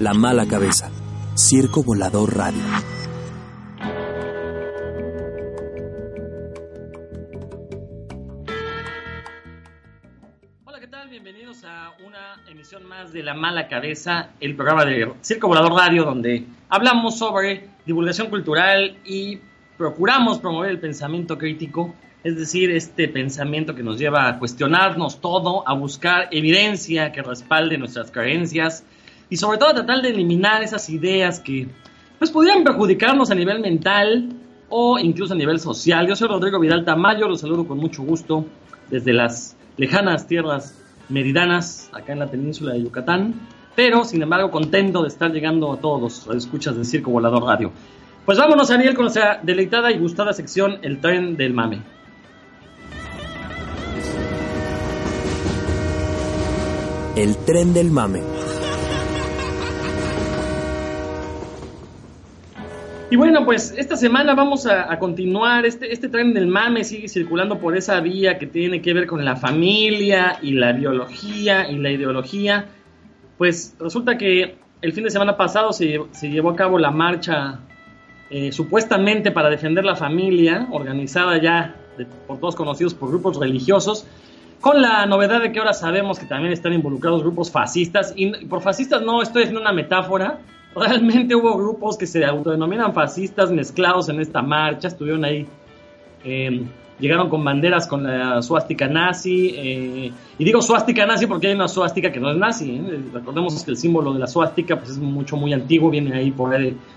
La Mala Cabeza, Circo Volador Radio. Hola, ¿qué tal? Bienvenidos a una emisión más de La Mala Cabeza, el programa de Circo Volador Radio, donde hablamos sobre divulgación cultural y procuramos promover el pensamiento crítico, es decir, este pensamiento que nos lleva a cuestionarnos todo, a buscar evidencia que respalde nuestras creencias y sobre todo a tratar de eliminar esas ideas que pues pudieran perjudicarnos a nivel mental o incluso a nivel social. Yo soy Rodrigo Vidal Tamayo, los saludo con mucho gusto desde las lejanas tierras meridanas acá en la península de Yucatán, pero sin embargo contento de estar llegando a todos los escuchas de Circo Volador Radio. Pues vámonos, Ariel, con nuestra deleitada y gustada sección El Tren del Mame. El Tren del Mame. Y bueno, pues esta semana vamos a continuar. Este tren del mame sigue circulando por esa vía que tiene que ver con la familia y la biología y la ideología. Pues resulta que el fin de semana pasado se llevó a cabo la marcha supuestamente para defender la familia, organizada ya por todos conocidos por grupos religiosos, con la novedad de que ahora sabemos que también están involucrados grupos fascistas. Y por fascistas no estoy haciendo una metáfora. Realmente hubo grupos que se autodenominan fascistas mezclados en esta marcha, estuvieron ahí, llegaron con banderas con la suástica nazi, y digo suástica nazi porque hay una suástica que no es nazi, recordemos que el símbolo de la suástica pues es muy antiguo, viene ahí por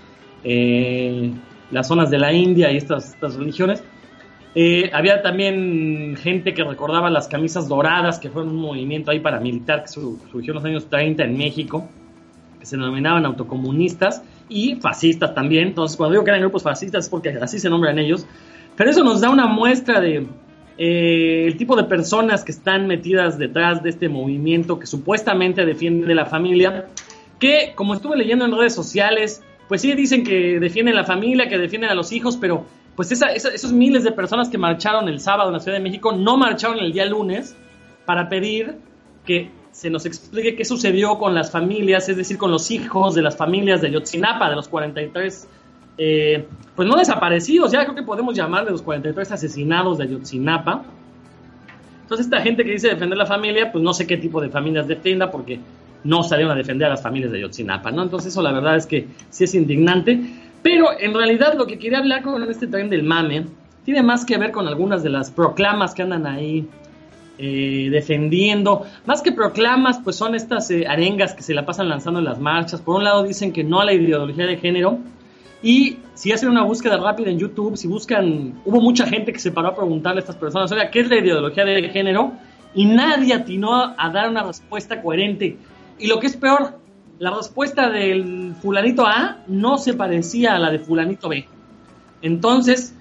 las zonas de la India y estas religiones. Había también gente que recordaba las camisas doradas, que fueron un movimiento ahí paramilitar que surgió en los años 30 en México, se denominaban autocomunistas y fascistas también. Entonces, cuando digo que eran grupos fascistas es porque así se nombran ellos. Pero eso nos da una muestra de el tipo de personas que están metidas detrás de este movimiento que supuestamente defiende la familia, que, como estuve leyendo en redes sociales, pues sí dicen que defienden la familia, que defienden a los hijos, pero pues esos miles de personas que marcharon el sábado en la Ciudad de México no marcharon el día lunes para pedir que se nos explique qué sucedió con las familias, es decir, con los hijos de las familias de Ayotzinapa, de los 43, pues no desaparecidos, ya creo que podemos llamar de los 43 asesinados de Ayotzinapa. Entonces esta gente que dice defender la familia, pues no sé qué tipo de familias defienda, porque no salieron a defender a las familias de Ayotzinapa, ¿no? Entonces eso la verdad es que sí es indignante, pero en realidad lo que quería hablar con este tren del mame tiene más que ver con algunas de las proclamas que andan ahí defendiendo. Más que proclamas, pues son estas arengas que se la pasan lanzando en las marchas. Por un lado dicen que no a la ideología de género, y si hacen una búsqueda rápida en YouTube, si buscan, hubo mucha gente que se paró a preguntarle a estas personas, oiga, ¿qué es la ideología de género? Y nadie atinó a dar una respuesta coherente. Y lo que es peor, la respuesta del fulanito A no se parecía a la de fulanito B. Entonces,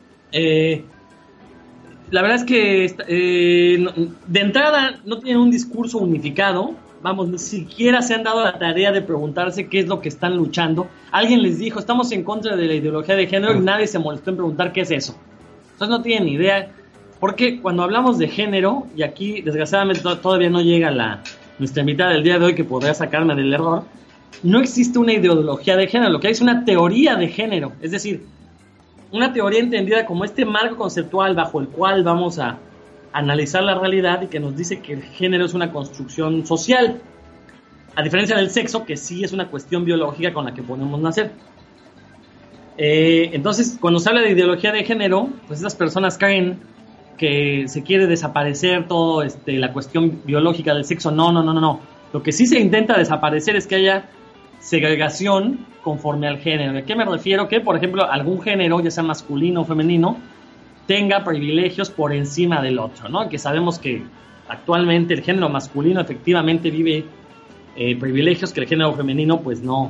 la verdad es que de entrada no tienen un discurso unificado. Vamos, ni siquiera se han dado la tarea de preguntarse qué es lo que están luchando. Alguien les dijo, estamos en contra de la ideología de género, y nadie se molestó en preguntar qué es eso. Entonces no tienen ni idea. Porque cuando hablamos de género, y aquí desgraciadamente todavía no llega nuestra invitada del día de hoy que podría sacarme del error, no existe una ideología de género. Lo que hay es una teoría de género. Es decir, una teoría entendida como este marco conceptual bajo el cual vamos a analizar la realidad y que nos dice que el género es una construcción social, a diferencia del sexo, que sí es una cuestión biológica con la que podemos nacer. Entonces, cuando se habla de ideología de género, pues esas personas creen que se quiere desaparecer todo la cuestión biológica del sexo. No. Lo que sí se intenta desaparecer es que haya segregación conforme al género. ¿A qué me refiero? Que, por ejemplo, algún género, ya sea masculino o femenino, tenga privilegios por encima del otro, ¿no? Que sabemos que actualmente el género masculino efectivamente vive privilegios que el género femenino pues no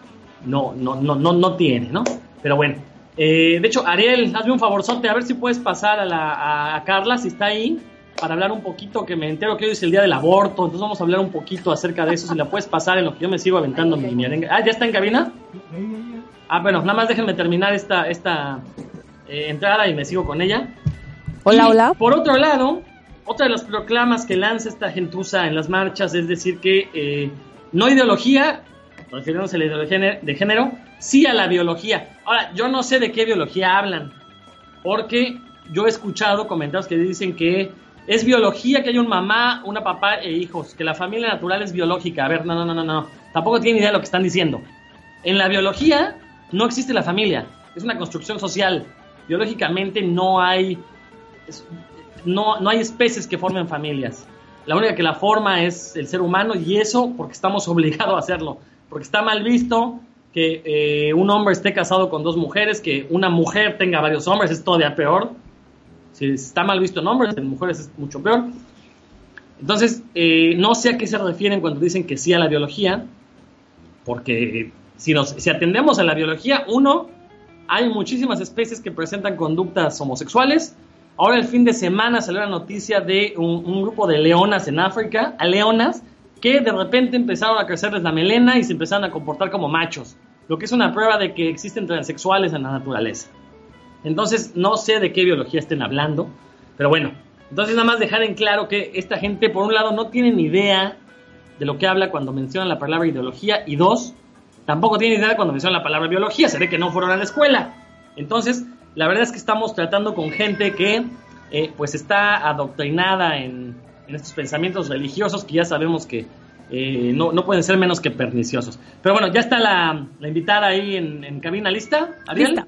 tiene, ¿no? Pero bueno, de hecho, Ariel, hazme un favorzote, a ver si puedes pasar a Carla, si está ahí, para hablar un poquito, que me entero que hoy es el día del aborto, entonces vamos a hablar un poquito acerca de eso, si la puedes pasar en lo que yo me sigo aventando mi arenga. Ah, ¿ya está en cabina? Ah, bueno, nada más déjenme terminar esta entrada y me sigo con ella. Hola. Por otro lado, otra de las proclamas que lanza esta gentuza en las marchas es decir que no ideología, refiriéndose a la ideología de género, sí a la biología. Ahora, yo no sé de qué biología hablan, porque yo he escuchado comentarios que dicen que es biología que hay un mamá, una papá e hijos, que la familia natural es biológica. A ver, no. Tampoco tienen idea de lo que están diciendo. En la biología no existe la familia, es una construcción social. Biológicamente no hay especies que formen familias. La única que la forma es el ser humano, y eso porque estamos obligados a hacerlo. Porque está mal visto que un hombre esté casado con 2 mujeres, que una mujer tenga varios hombres, es todavía peor. Si está mal visto en hombres, en mujeres es mucho peor. Entonces, no sé a qué se refieren cuando dicen que sí a la biología, porque si atendemos a la biología, hay muchísimas especies que presentan conductas homosexuales. Ahora el fin de semana salió la noticia de un grupo de leonas en África, leonas, que de repente empezaron a crecerles la melena y se empezaron a comportar como machos, lo que es una prueba de que existen transexuales en la naturaleza. Entonces, no sé de qué biología estén hablando, pero bueno, entonces nada más dejar en claro que esta gente, por un lado, no tiene ni idea de lo que habla cuando mencionan la palabra ideología, y 2, tampoco tiene idea cuando mencionan la palabra biología, se ve que no fueron a la escuela. Entonces, la verdad es que estamos tratando con gente que pues está adoctrinada en estos pensamientos religiosos que ya sabemos que no pueden ser menos que perniciosos. Pero bueno, ya está la invitada ahí en cabina, ¿lista? ¿Ariel? Lista.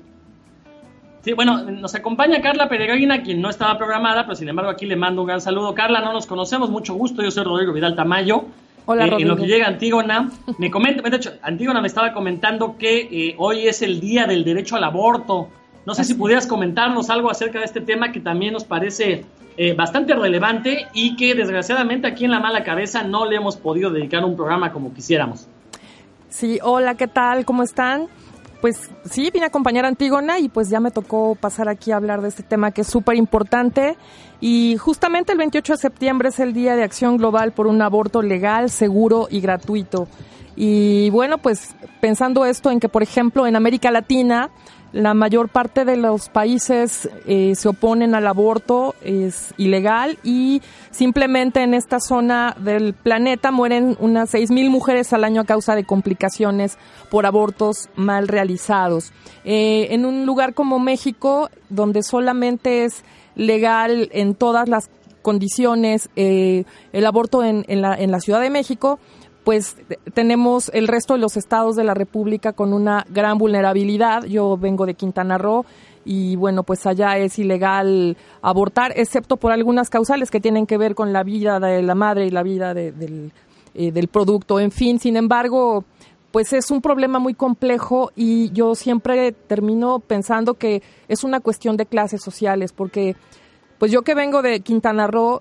Sí, bueno, nos acompaña Carla Peregrina, quien no estaba programada, pero sin embargo aquí le mando un gran saludo. Carla, no nos conocemos, mucho gusto, yo soy Rodrigo Vidal Tamayo. Hola, Rodrigo. En lo que llega Antígona, de hecho, Antígona me estaba comentando que hoy es el día del derecho al aborto. No sé si pudieras comentarnos algo acerca de este tema que también nos parece bastante relevante y que desgraciadamente aquí en La Mala Cabeza no le hemos podido dedicar un programa como quisiéramos. Sí, hola, ¿qué tal? ¿Cómo están? Pues sí, vine a acompañar a Antígona y pues ya me tocó pasar aquí a hablar de este tema que es súper importante. Y justamente el 28 de septiembre es el Día de Acción Global por un aborto legal, seguro y gratuito. Y bueno, pues pensando esto en que, por ejemplo, en América Latina, la mayor parte de los países se oponen al aborto, es ilegal, y simplemente en esta zona del planeta mueren unas 6,000 mujeres al año a causa de complicaciones por abortos mal realizados. En un lugar como México, donde solamente es legal en todas las condiciones el aborto en la Ciudad de México, pues tenemos el resto de los estados de la República con una gran vulnerabilidad. Yo vengo de Quintana Roo y bueno, pues allá es ilegal abortar, excepto por algunas causales que tienen que ver con la vida de la madre y la vida del producto. En fin, sin embargo, pues es un problema muy complejo y yo siempre termino pensando que es una cuestión de clases sociales, porque pues yo que vengo de Quintana Roo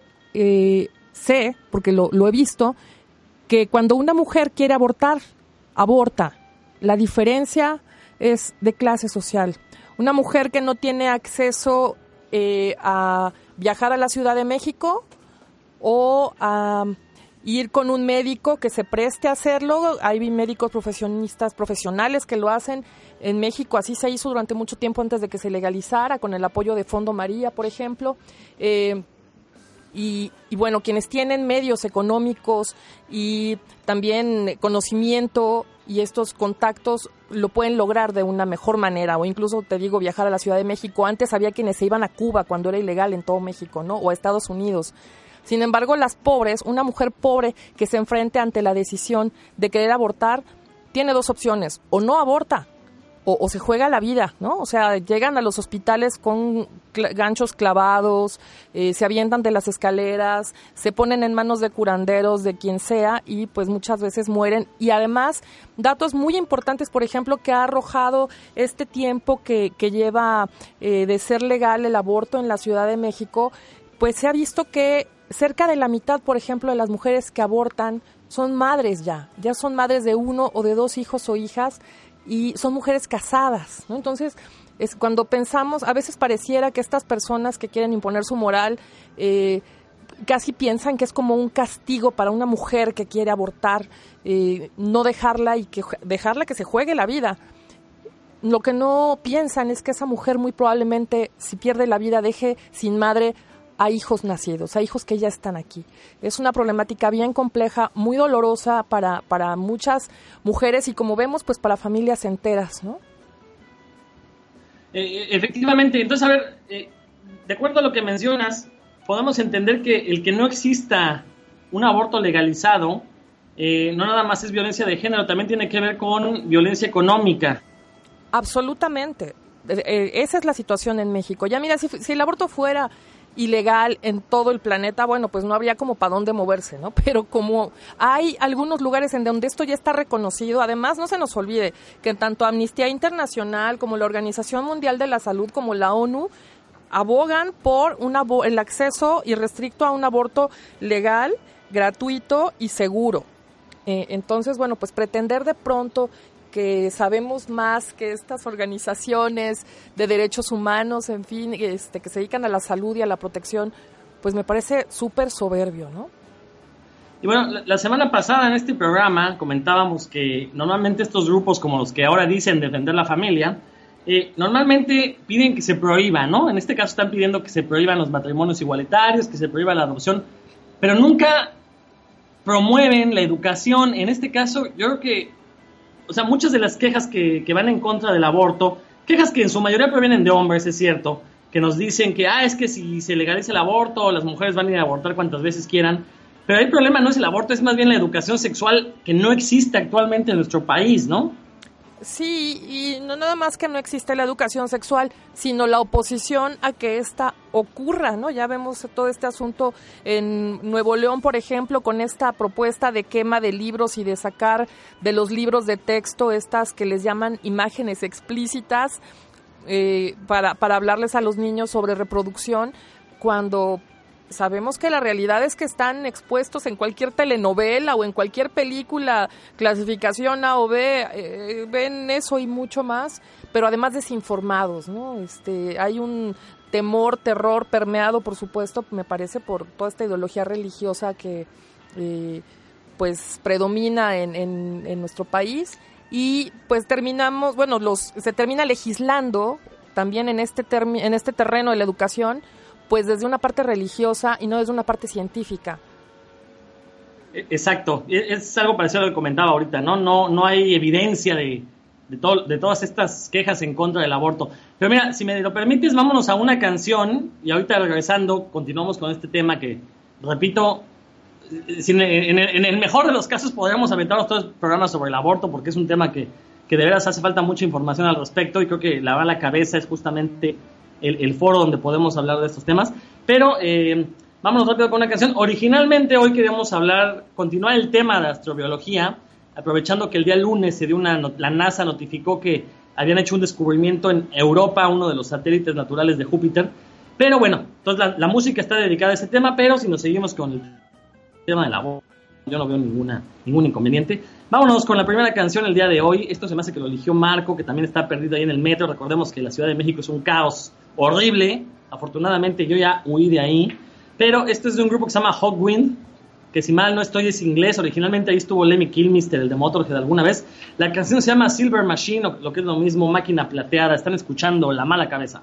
sé, porque lo he visto, que cuando una mujer quiere abortar, aborta. La diferencia es de clase social. Una mujer que no tiene acceso a viajar a la Ciudad de México o a ir con un médico que se preste a hacerlo. Hay médicos profesionales que lo hacen en México. Así se hizo durante mucho tiempo antes de que se legalizara, con el apoyo de Fondo María, por ejemplo. Y bueno, quienes tienen medios económicos y también conocimiento y estos contactos lo pueden lograr de una mejor manera, o incluso, te digo, viajar a la Ciudad de México. Antes había quienes se iban a Cuba cuando era ilegal en todo México, ¿no? O a Estados Unidos. Sin embargo, las pobres, una mujer pobre que se enfrente ante la decisión de querer abortar, tiene 2 opciones: o no aborta, o se juega la vida, ¿no? O sea, llegan a los hospitales con ganchos clavados, se avientan de las escaleras, se ponen en manos de curanderos, de quien sea, y pues muchas veces mueren. Y además, datos muy importantes, por ejemplo, que ha arrojado este tiempo que lleva de ser legal el aborto en la Ciudad de México, pues se ha visto que cerca de la mitad, por ejemplo, de las mujeres que abortan son madres ya son madres de 1 o de 2 hijos o hijas, y son mujeres casadas, ¿no? Entonces, es cuando pensamos, a veces pareciera que estas personas que quieren imponer su moral casi piensan que es como un castigo para una mujer que quiere abortar, no dejarla y dejarla que se juegue la vida. Lo que no piensan es que esa mujer muy probablemente, si pierde la vida, deje sin madre a hijos nacidos, a hijos que ya están aquí. Es una problemática bien compleja, muy dolorosa para muchas mujeres y, como vemos, pues para familias enteras, ¿no? Efectivamente. Entonces, a ver, de acuerdo a lo que mencionas, podemos entender que el que no exista un aborto legalizado no nada más es violencia de género, también tiene que ver con violencia económica. Absolutamente. Esa es la situación en México. Ya mira, si el aborto fuera ilegal en todo el planeta, bueno, pues no habría como para dónde moverse, ¿no? Pero como hay algunos lugares en donde esto ya está reconocido, además no se nos olvide que tanto Amnistía Internacional como la Organización Mundial de la Salud como la ONU abogan por el acceso irrestricto a un aborto legal, gratuito y seguro. Entonces, bueno, pues pretender de pronto que sabemos más que estas organizaciones de derechos humanos, en fin, que se dedican a la salud y a la protección, pues me parece súper soberbio, ¿no? Y bueno, la semana pasada en este programa comentábamos que normalmente estos grupos, como los que ahora dicen defender la familia, normalmente piden que se prohíba, ¿no? En este caso están pidiendo que se prohíban los matrimonios igualitarios, que se prohíba la adopción, pero nunca promueven la educación. En este caso, yo creo que, o sea, muchas de las quejas que van en contra del aborto, quejas que en su mayoría provienen de hombres, es cierto, que nos dicen que, es que si se legaliza el aborto, las mujeres van a ir a abortar cuantas veces quieran, pero el problema no es el aborto, es más bien la educación sexual que no existe actualmente en nuestro país, ¿no? Sí, y no nada más que no existe la educación sexual, sino la oposición a que esta ocurra, ¿no? Ya vemos todo este asunto en Nuevo León, por ejemplo, con esta propuesta de quema de libros y de sacar de los libros de texto estas que les llaman imágenes explícitas para hablarles a los niños sobre reproducción, cuando sabemos que la realidad es que están expuestos en cualquier telenovela o en cualquier película, clasificación A o B, ven eso y mucho más, pero además desinformados, ¿no? Hay un terror permeado, por supuesto, me parece, por toda esta ideología religiosa que pues predomina en nuestro país, y pues se termina legislando también en este terreno de la educación, pues desde una parte religiosa y no desde una parte científica. Exacto, es algo parecido a lo que comentaba ahorita, ¿no? No hay evidencia de todas estas quejas en contra del aborto. Pero mira, si me lo permites, vámonos a una canción y ahorita regresando continuamos con este tema que, repito, en el mejor de los casos podríamos aventarnos todo el programa sobre el aborto, porque es un tema que de veras hace falta mucha información al respecto, y creo que lavar la cabeza es justamente el foro donde podemos hablar de estos temas. Pero vámonos rápido con una canción. Originalmente hoy queríamos continuar el tema de astrobiología, aprovechando que el día lunes la NASA notificó que habían hecho un descubrimiento en Europa, uno de los satélites naturales de Júpiter. Pero bueno, entonces la música está dedicada a ese tema, pero si nos seguimos con el tema del aborto, yo no veo ningún inconveniente. Vámonos con la primera canción el día de hoy. Esto se me hace que lo eligió Marco, que también está perdido ahí en el metro. Recordemos que la Ciudad de México es un caos horrible. Afortunadamente yo ya huí de ahí. Pero este es de un grupo que se llama Hawkwind, que si mal no estoy es inglés. Originalmente ahí estuvo Lemmy Kilmister, el de Motorhead, alguna vez. La canción se llama Silver Machine, o lo que es lo mismo, Máquina Plateada. Están escuchando La Mala Cabeza.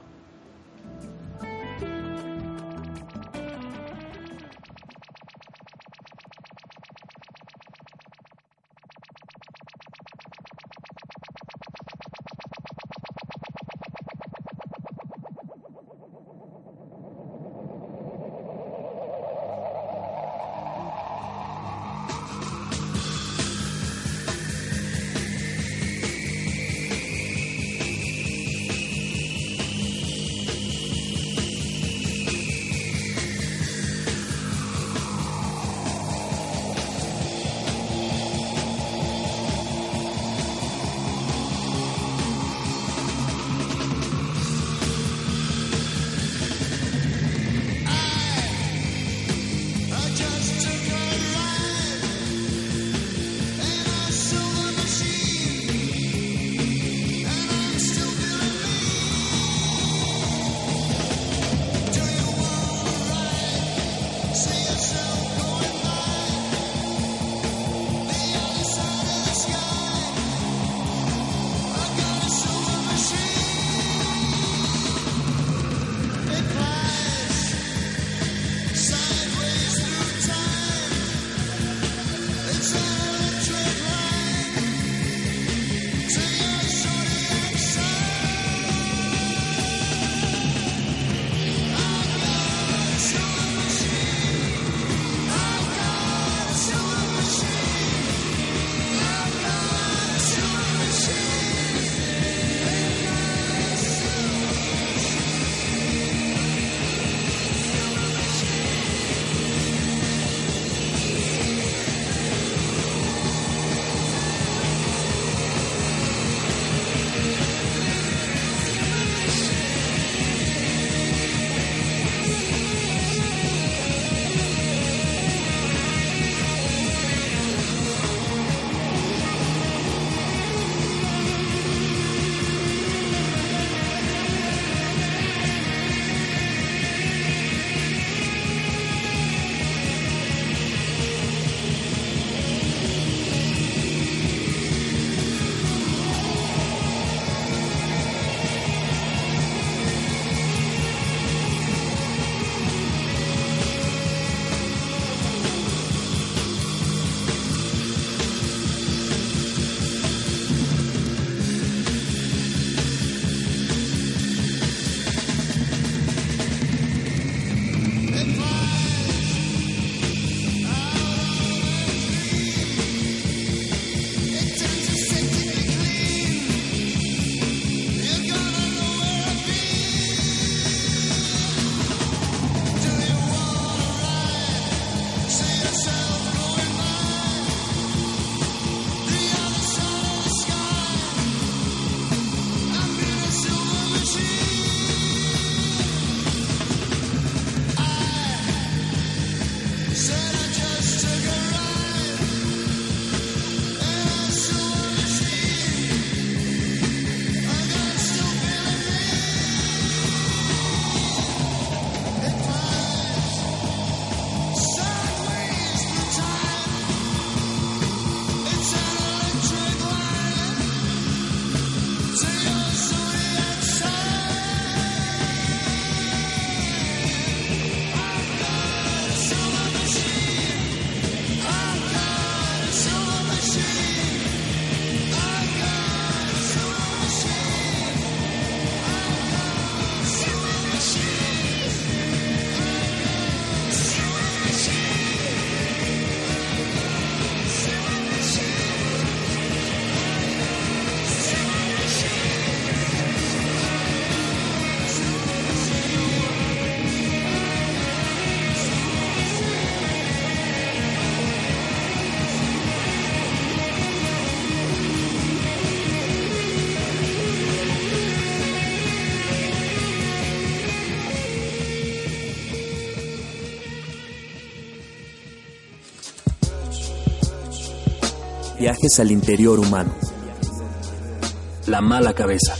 Viajes al interior humano. La mala cabeza.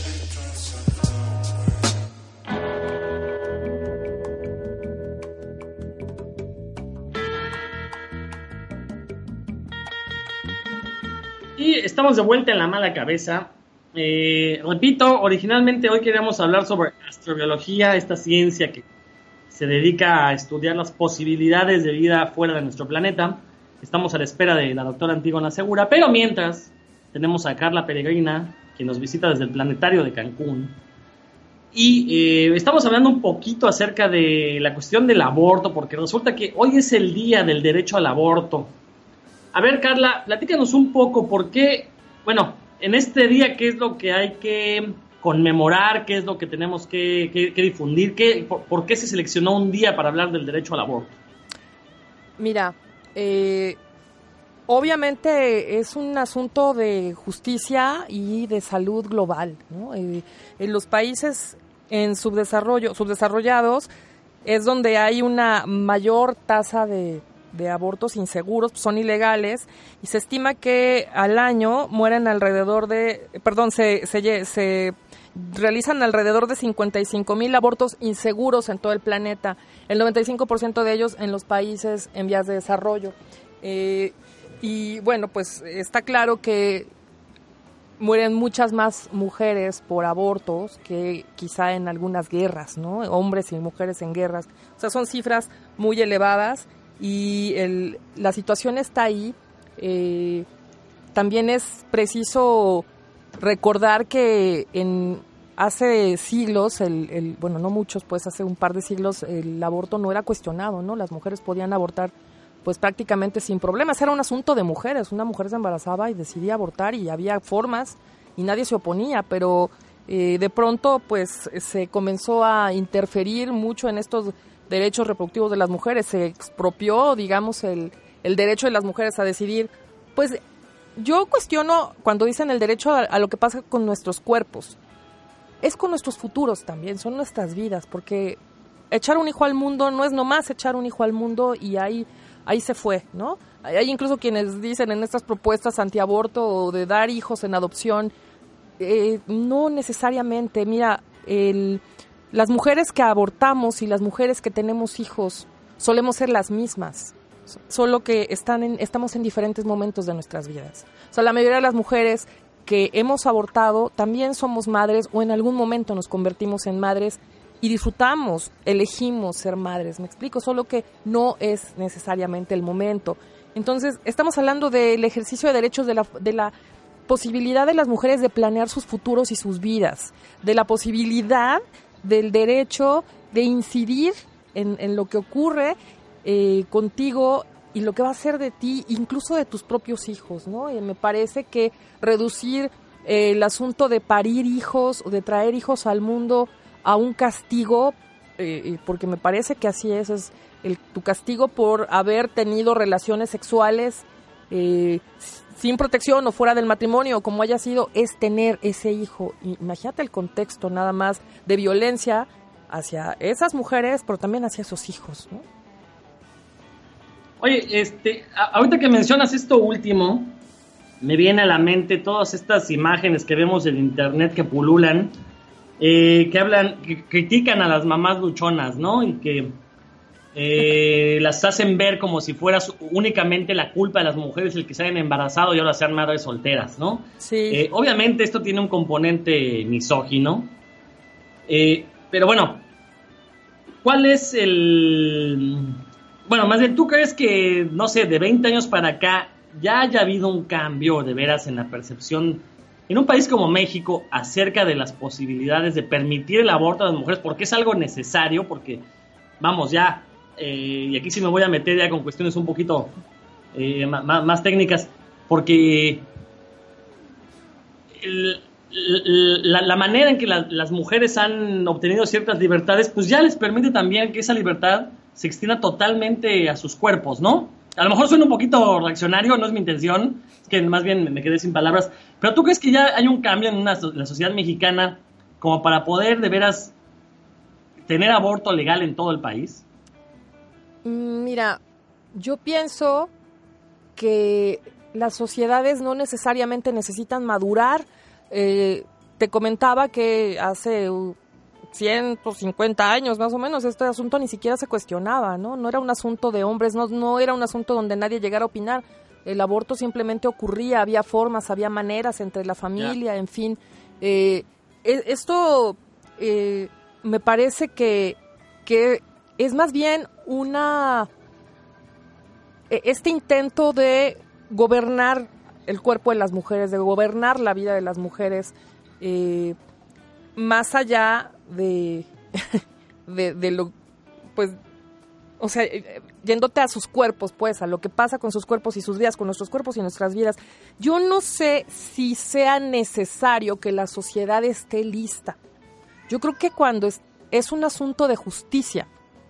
Y estamos de vuelta en La Mala Cabeza. Repito, originalmente hoy queríamos hablar sobre astrobiología, esta ciencia que se dedica a estudiar las posibilidades de vida fuera de nuestro planeta. Estamos a la espera de la doctora Antígona Segura, pero mientras tenemos a Carla Peregrina, que nos visita desde el planetario de Cancún. Y estamos hablando un poquito acerca de la cuestión del aborto, porque resulta que hoy es el día del derecho al aborto. A ver, Carla, platícanos un poco por qué, bueno, en este día, ¿qué es lo que hay que conmemorar? ¿Qué es lo que tenemos que difundir? ¿Por qué se seleccionó un día para hablar del derecho al aborto? Mira, obviamente es un asunto de justicia y de salud global, ¿no? En los países en subdesarrollados es donde hay una mayor tasa de abortos inseguros, son ilegales, y se estima que al año mueren se realizan alrededor de 55,000 abortos inseguros en todo el planeta, el 95% de ellos en los países en vías de desarrollo. Y bueno, pues está claro que mueren muchas más mujeres por abortos que quizá en algunas guerras, ¿no? Hombres y mujeres en guerras. O sea, son cifras muy elevadas. Y la situación está ahí. También es preciso recordar que hace siglos, bueno, no muchos, pues hace un par de siglos, el aborto no era cuestionado, ¿no? Las mujeres podían abortar pues prácticamente sin problemas. Era un asunto de mujeres. Una mujer se embarazaba y decidía abortar y había formas y nadie se oponía, pero de pronto pues se comenzó a interferir mucho en estos derechos reproductivos de las mujeres, se expropió, digamos, el derecho de las mujeres a decidir. Pues yo cuestiono cuando dicen el derecho a lo que pasa con nuestros cuerpos. Es con nuestros futuros también, son nuestras vidas, porque echar un hijo al mundo no es nomás echar un hijo al mundo y ahí se fue, ¿no? Hay incluso quienes dicen en estas propuestas antiaborto o de dar hijos en adopción, no necesariamente. Mira, las mujeres que abortamos y las mujeres que tenemos hijos solemos ser las mismas, solo que estamos en diferentes momentos de nuestras vidas. O sea, la mayoría de las mujeres que hemos abortado también somos madres o en algún momento nos convertimos en madres y disfrutamos, elegimos ser madres, ¿me explico? Solo que no es necesariamente el momento. Entonces, estamos hablando del ejercicio de derechos de la posibilidad de las mujeres de planear sus futuros y sus vidas, de la posibilidad del derecho de incidir en lo que ocurre contigo y lo que va a ser de ti, incluso de tus propios hijos, ¿no? Me parece que reducir el asunto de parir hijos o de traer hijos al mundo a un castigo, porque me parece que así es tu castigo por haber tenido relaciones sexuales sin protección o fuera del matrimonio, o como haya sido, es tener ese hijo. Imagínate el contexto nada más de violencia hacia esas mujeres, pero también hacia esos hijos, ¿no? Oye, ahorita que mencionas esto último, me viene a la mente todas estas imágenes que vemos en internet que pululan, que critican a las mamás luchonas, ¿no? Y que las hacen ver como si fuera únicamente la culpa de las mujeres el que se hayan embarazado y ahora sean madres solteras, ¿no? Sí. Obviamente esto tiene un componente misógino, pero bueno, ¿cuál es bueno, más bien, ¿tú crees que, no sé, de 20 años para acá ya haya habido un cambio de veras en la percepción en un país como México acerca de las posibilidades de permitir el aborto a las mujeres? Porque es algo necesario, porque, vamos, ya, y aquí sí me voy a meter ya con cuestiones un poquito más técnicas, porque la manera en que las mujeres han obtenido ciertas libertades, pues ya les permite también que esa libertad se extienda totalmente a sus cuerpos, ¿no? A lo mejor suena un poquito reaccionario, no es mi intención, es que más bien me quedé sin palabras, pero ¿tú crees que ya hay un cambio en la sociedad mexicana como para poder de veras tener aborto legal en todo el país? Mira, yo pienso que las sociedades no necesariamente necesitan madurar. Te comentaba que hace 150 años más o menos este asunto ni siquiera se cuestionaba, ¿no? No era un asunto de hombres, no era un asunto donde nadie llegara a opinar. El aborto simplemente ocurría, había formas, había maneras entre la familia, en fin. Esto me parece que es más bien este intento de gobernar el cuerpo de las mujeres, de gobernar la vida de las mujeres, más allá de lo, pues, o sea, yéndote a sus cuerpos, pues, a lo que pasa con sus cuerpos y sus vidas, con nuestros cuerpos y nuestras vidas. Yo no sé si sea necesario que la sociedad esté lista. Yo creo que cuando es un asunto de justicia,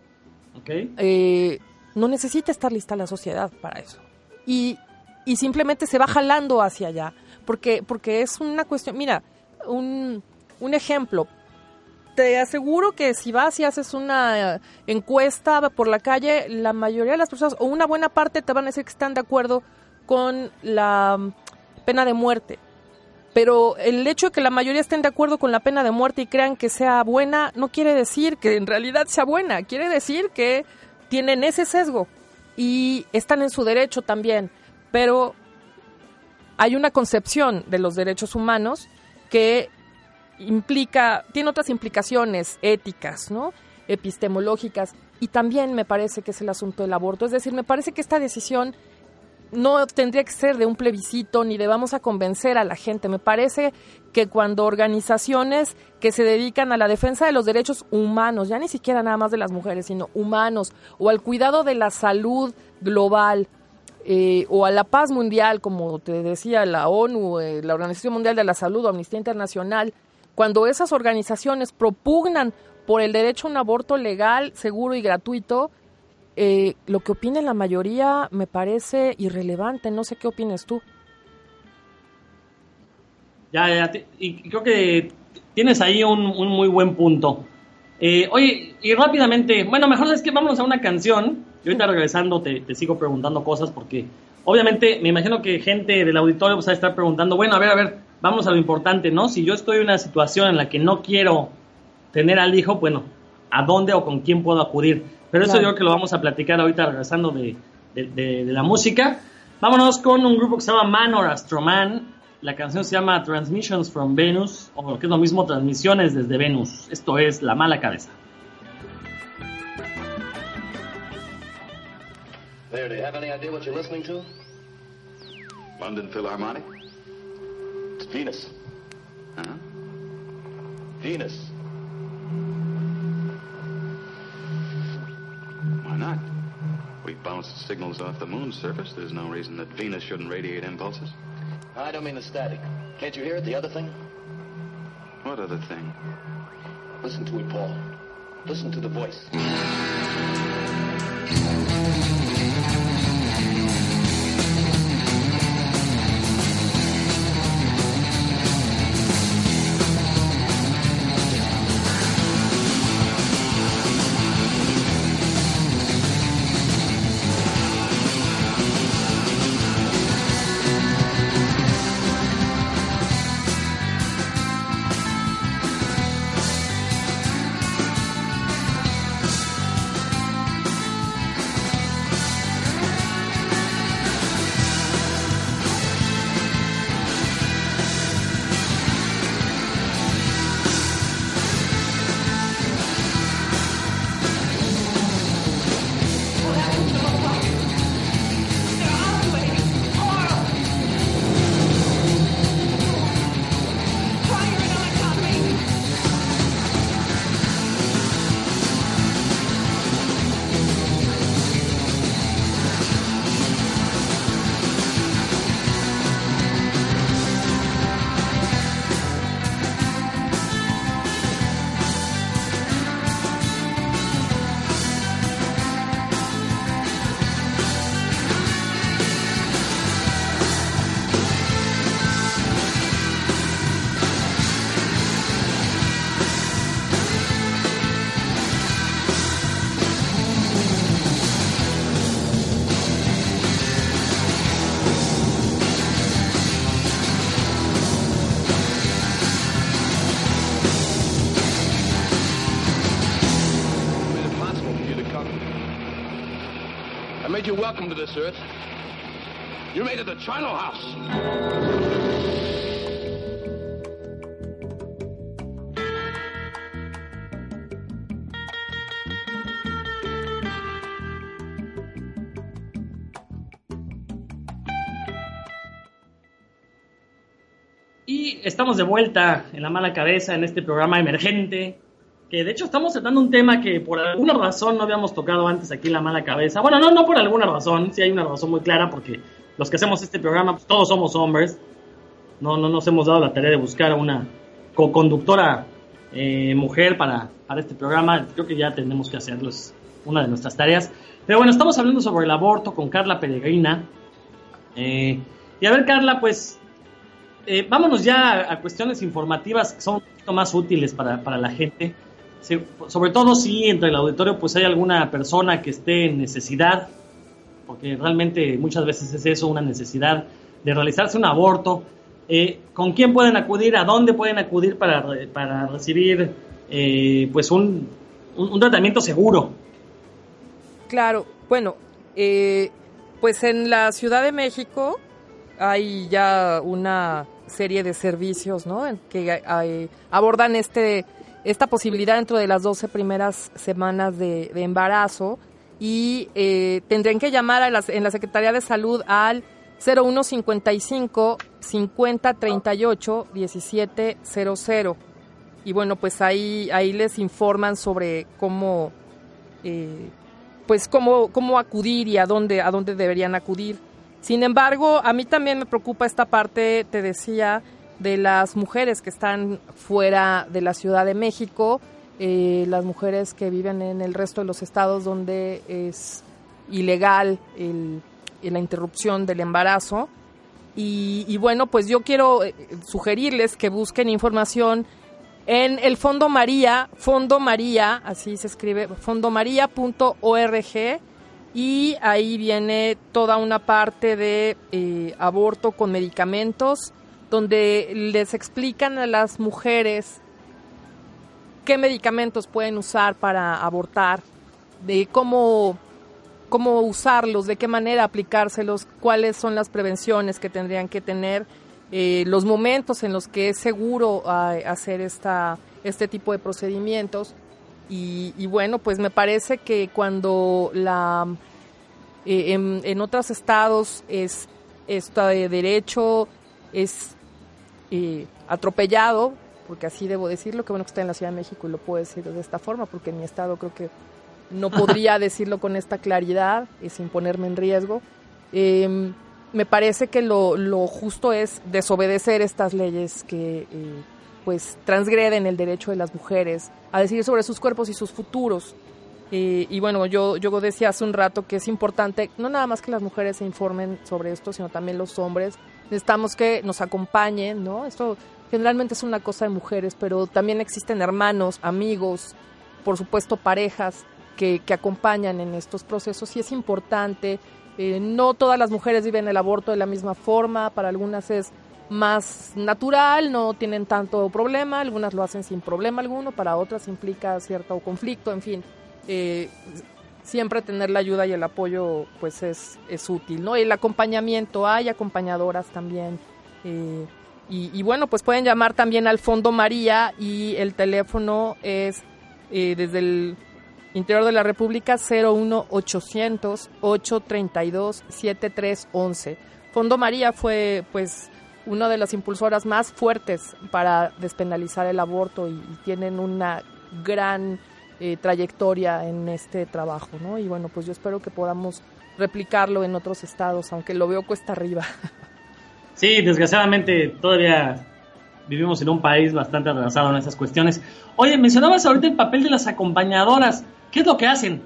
no necesita estar lista la sociedad para eso. Y simplemente se va jalando hacia allá, porque es una cuestión. Mira, un ejemplo. Te aseguro que si vas y haces una encuesta por la calle, la mayoría de las personas, o una buena parte, te van a decir que están de acuerdo con la pena de muerte. Pero el hecho de que la mayoría estén de acuerdo con la pena de muerte y crean que sea buena, no quiere decir que en realidad sea buena. Quiere decir que tienen ese sesgo y están en su derecho también. Pero hay una concepción de los derechos humanos que tiene otras implicaciones éticas, ¿no? Epistemológicas, y también me parece que es el asunto del aborto. Es decir, me parece que esta decisión no tendría que ser de un plebiscito ni de vamos a convencer a la gente. Me parece que cuando organizaciones que se dedican a la defensa de los derechos humanos, ya ni siquiera nada más de las mujeres, sino humanos, o al cuidado de la salud global, o a la paz mundial, como te decía la ONU, la Organización Mundial de la Salud o Amnistía Internacional, cuando esas organizaciones propugnan por el derecho a un aborto legal, seguro y gratuito, lo que opine la mayoría me parece irrelevante. No sé qué opines tú. Y creo que tienes ahí un muy buen punto. Oye, y rápidamente, bueno, mejor es que vámonos a una canción. Y ahorita regresando te sigo preguntando cosas porque obviamente me imagino que gente del auditorio pues va a estar preguntando, bueno, a ver, vamos a lo importante, ¿no? Si yo estoy en una situación en la que no quiero tener al hijo, bueno, ¿a dónde o con quién puedo acudir? Pero eso yo creo que lo vamos a platicar ahorita regresando de la música. Vámonos con un grupo que se llama Man or Astroman. La canción se llama Transmissions from Venus, o lo que es lo mismo, Transmisiones desde Venus. Esto es La Mala Cabeza. There, do you have any idea what you're listening to? London Philharmonic? It's Venus. Huh? Venus. Why not? We bounce signals off the moon's surface. There's no reason that Venus shouldn't radiate impulses. I don't mean the static. Can't you hear it, the other thing? What other thing? Listen to it, Paul. Listen to the voice. welcome to this earth. You made it a charnel house. Y estamos de vuelta en La Mala Cabeza, en este programa emergente, que de hecho estamos tratando un tema que por alguna razón no habíamos tocado antes aquí en La Mala Cabeza. Bueno, no por alguna razón, sí hay una razón muy clara, porque los que hacemos este programa, pues, todos somos hombres. No nos hemos dado la tarea de buscar a una co-conductora mujer para este programa. Creo que ya tenemos que hacerlo, es una de nuestras tareas. Pero bueno, estamos hablando sobre el aborto con Carla Peregrina. Y a ver, Carla, pues vámonos ya a cuestiones informativas que son un poquito más útiles para la gente. Sí, sobre todo si entre el auditorio pues hay alguna persona que esté en necesidad, porque realmente muchas veces es eso, una necesidad de realizarse un aborto. ¿Con quién pueden acudir? ¿A dónde pueden acudir para recibir pues un tratamiento seguro? Claro, bueno, pues en la Ciudad de México hay ya una serie de servicios, ¿no?, en que abordan esta posibilidad dentro de las 12 primeras semanas de embarazo, y tendrían que llamar en la Secretaría de Salud al 0155 50 38 1700. Y bueno, pues ahí les informan sobre cómo acudir y a dónde deberían acudir. Sin embargo, a mí también me preocupa esta parte, te decía, de las mujeres que están fuera de la Ciudad de México, las mujeres que viven en el resto de los estados donde es ilegal la interrupción del embarazo. Y bueno, pues yo quiero sugerirles que busquen información en el Fondo María, así se escribe, fondomaria.org. Y ahí viene toda una parte de aborto con medicamentos, donde les explican a las mujeres qué medicamentos pueden usar para abortar, de cómo usarlos, de qué manera aplicárselos, cuáles son las prevenciones que tendrían que tener, los momentos en los que es seguro hacer este tipo de procedimientos. Y bueno, pues me parece que cuando en otros estados este derecho es atropellado, porque así debo decirlo, que bueno que está en la Ciudad de México y lo puedo decir de esta forma, porque en mi estado creo que no podría decirlo con esta claridad sin ponerme en riesgo. Me parece que lo justo es desobedecer estas leyes que pues transgreden el derecho de las mujeres a decidir sobre sus cuerpos y sus futuros. Y bueno, yo decía hace un rato que es importante, no nada más que las mujeres se informen sobre esto, sino también los hombres. Necesitamos que nos acompañen, ¿no? Esto generalmente es una cosa de mujeres, pero también existen hermanos, amigos, por supuesto parejas que acompañan en estos procesos, y es importante. No todas las mujeres viven el aborto de la misma forma, para algunas es más natural, no tienen tanto problema, algunas lo hacen sin problema alguno, para otras implica cierto conflicto, en fin. Siempre tener la ayuda y el apoyo pues es útil, ¿no? El acompañamiento, hay acompañadoras también, y bueno, pues pueden llamar también al Fondo María, y el teléfono es desde el interior de la República 01800 832 7311. Fondo María fue pues una de las impulsoras más fuertes para despenalizar el aborto, y tienen una gran trayectoria en este trabajo, ¿no? Y bueno, pues yo espero que podamos replicarlo en otros estados, aunque lo veo cuesta arriba. Sí, desgraciadamente todavía vivimos en un país bastante atrasado en esas cuestiones. Oye, mencionabas ahorita el papel de las acompañadoras. ¿Qué es lo que hacen?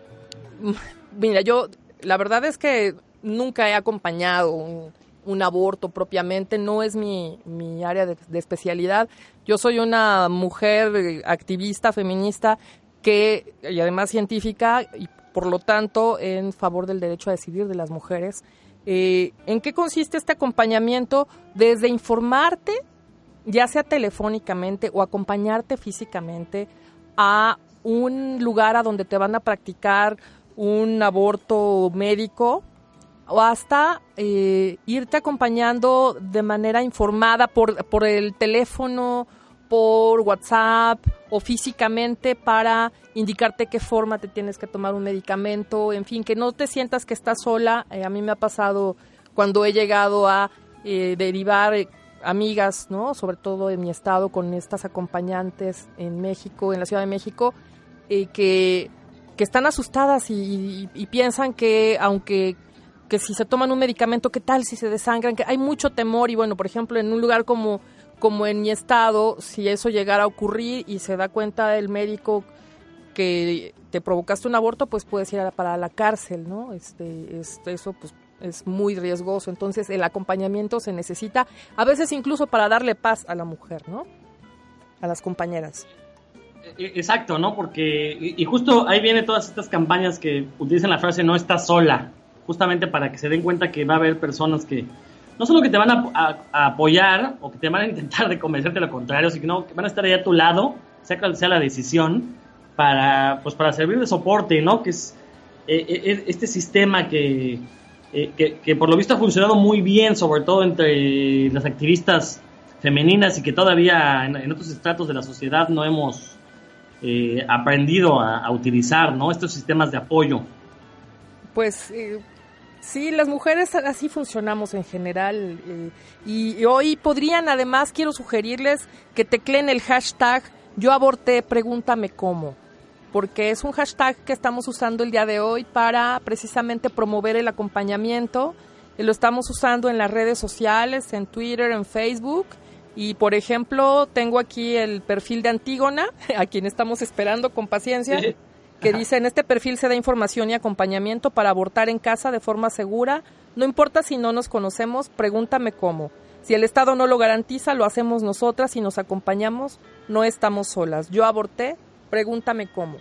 Mira, yo la verdad es que nunca he acompañado un aborto propiamente, no es mi área de especialidad. Yo soy una mujer activista, feminista, y además científica, y por lo tanto en favor del derecho a decidir de las mujeres. ¿En qué consiste este acompañamiento? Desde informarte, ya sea telefónicamente o acompañarte físicamente a un lugar a donde te van a practicar un aborto médico, o hasta irte acompañando de manera informada por el teléfono, por WhatsApp o físicamente para indicarte qué forma te tienes que tomar un medicamento, en fin, que no te sientas que estás sola. A mí me ha pasado cuando he llegado a derivar amigas, ¿no? Sobre todo en mi estado, con estas acompañantes en México, en la Ciudad de México, que están asustadas y piensan que aunque que si se toman un medicamento, ¿qué tal si se desangran? Que hay mucho temor y bueno, por ejemplo, en un lugar como en mi estado, si eso llegara a ocurrir y se da cuenta el médico que te provocaste un aborto, pues puedes ir para la cárcel, ¿no? Eso pues es muy riesgoso. Entonces el acompañamiento se necesita, a veces incluso para darle paz a la mujer, ¿no? A las compañeras. Exacto, ¿no? Porque, y justo ahí vienen todas estas campañas que utilizan la frase "no estás sola", justamente para que se den cuenta que va a haber personas que no solo que te van a apoyar o que te van a intentar de convencerte de lo contrario, sino que van a estar ahí a tu lado, sea cual sea la decisión, para servir de soporte, ¿no? Que es este sistema que por lo visto ha funcionado muy bien, sobre todo entre las activistas femeninas y que todavía en otros estratos de la sociedad no hemos aprendido a utilizar, ¿no? Estos sistemas de apoyo. Pues sí, las mujeres así funcionamos en general y hoy podrían, además, quiero sugerirles que tecleen el hashtag Yo Aborté, pregúntame cómo, porque es un hashtag que estamos usando el día de hoy para precisamente promover el acompañamiento. Lo estamos usando en las redes sociales, en Twitter, en Facebook. Y, por ejemplo, tengo aquí el perfil de Antígona, a quien estamos esperando con paciencia, sí, que dice: en este perfil se da información y acompañamiento para abortar en casa de forma segura. No importa si no nos conocemos, pregúntame cómo. Si el Estado no lo garantiza, lo hacemos nosotras y nos acompañamos. No estamos solas. Yo aborté, pregúntame cómo.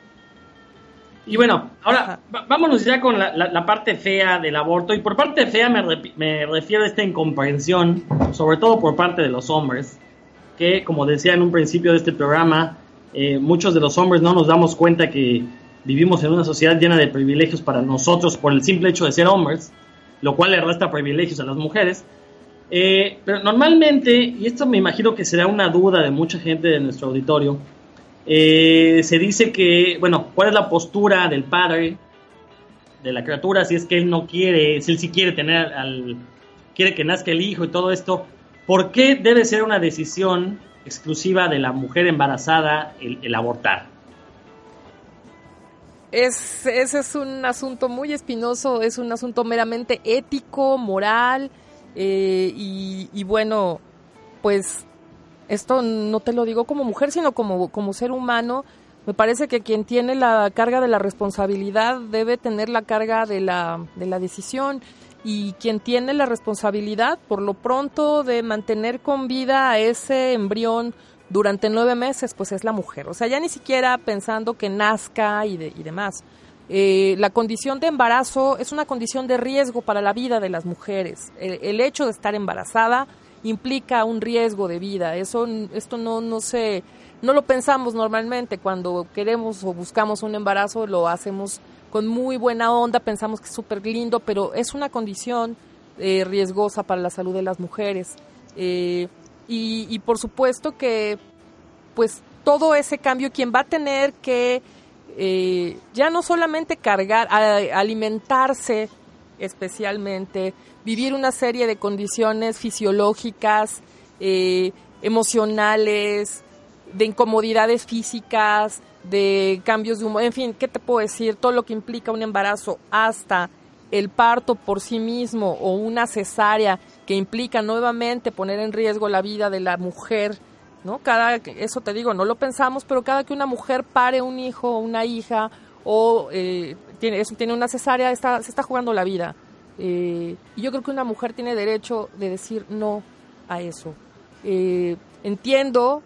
Y bueno, ahora vámonos ya con la parte fea del aborto. Y por parte fea me refiero a esta incomprensión, sobre todo por parte de los hombres, que, como decía en un principio de este programa, muchos de los hombres no nos damos cuenta que vivimos en una sociedad llena de privilegios para nosotros por el simple hecho de ser hombres, lo cual le resta privilegios a las mujeres. Pero normalmente, y esto me imagino que será una duda de mucha gente de nuestro auditorio, se dice que, bueno, ¿cuál es la postura del padre de la criatura si es que él no quiere, si él sí quiere quiere que nazca el hijo y todo esto? ¿Por qué debe ser una decisión exclusiva de la mujer embarazada el abortar? Ese es un asunto muy espinoso, es un asunto meramente ético, moral, y bueno, pues esto no te lo digo como mujer, sino como ser humano. Me parece que quien tiene la carga de la responsabilidad debe tener la carga de la decisión, y quien tiene la responsabilidad, por lo pronto, de mantener con vida a ese embrión durante 9 meses, pues es la mujer. O sea, ya ni siquiera pensando que nazca y demás. La condición de embarazo es una condición de riesgo para la vida de las mujeres. El hecho de estar embarazada implica un riesgo de vida. Esto no lo pensamos normalmente. Cuando queremos o buscamos un embarazo, lo hacemos con muy buena onda, pensamos que es súper lindo, pero es una condición riesgosa para la salud de las mujeres. Y por supuesto que pues todo ese cambio, quien va a tener que ya no solamente cargar, alimentarse especialmente, vivir una serie de condiciones fisiológicas, emocionales, de incomodidades físicas, de cambios de humor, en fin, ¿qué te puedo decir? Todo lo que implica un embarazo, hasta el parto por sí mismo o una cesárea que implica nuevamente poner en riesgo la vida de la mujer, ¿no? Eso te digo, no lo pensamos, pero cada que una mujer pare un hijo o una hija o tiene una cesárea, se está jugando la vida. Y yo creo que una mujer tiene derecho de decir no a eso. Entiendo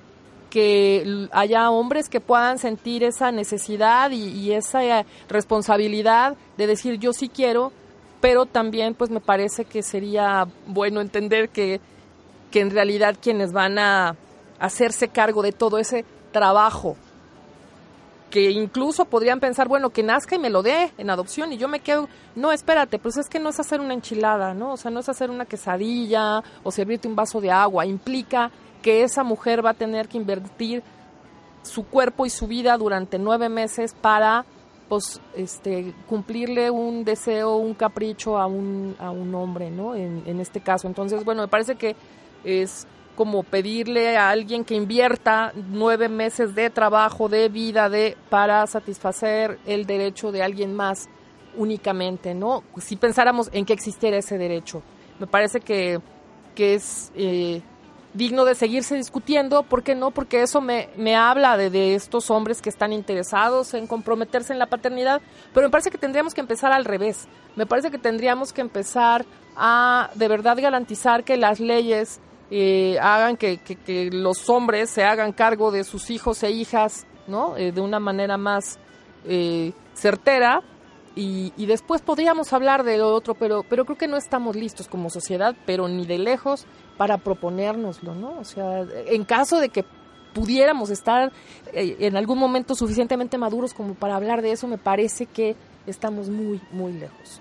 que haya hombres que puedan sentir esa necesidad y esa responsabilidad de decir yo sí quiero, pero también pues me parece que sería bueno entender que en realidad quienes van a hacerse cargo de todo ese trabajo que incluso podrían pensar, bueno, que nazca y me lo dé en adopción y yo me quedo, no, espérate, pues es que no es hacer una enchilada, ¿no? O sea, no es hacer una quesadilla o servirte un vaso de agua, implica que esa mujer va a tener que invertir su cuerpo y su vida durante 9 meses para, pues, cumplirle un deseo, un capricho a un hombre, ¿no? En este caso. Entonces, bueno, me parece que es como pedirle a alguien que invierta 9 meses de trabajo, de vida, para satisfacer el derecho de alguien más únicamente, ¿no? Si pensáramos en que existiera ese derecho. Me parece que es digno de seguirse discutiendo. ¿Por qué no? Porque eso me habla de estos hombres que están interesados en comprometerse en la paternidad, pero me parece que tendríamos que empezar al revés. Me parece que tendríamos que empezar a de verdad garantizar que las leyes hagan que los hombres se hagan cargo de sus hijos e hijas, ¿no? De una manera más certera, y después podríamos hablar de lo otro, pero creo que no estamos listos como sociedad, pero ni de lejos, para proponérnoslo, ¿no? O sea, en caso de que pudiéramos estar en algún momento suficientemente maduros como para hablar de eso, me parece que estamos muy, muy lejos.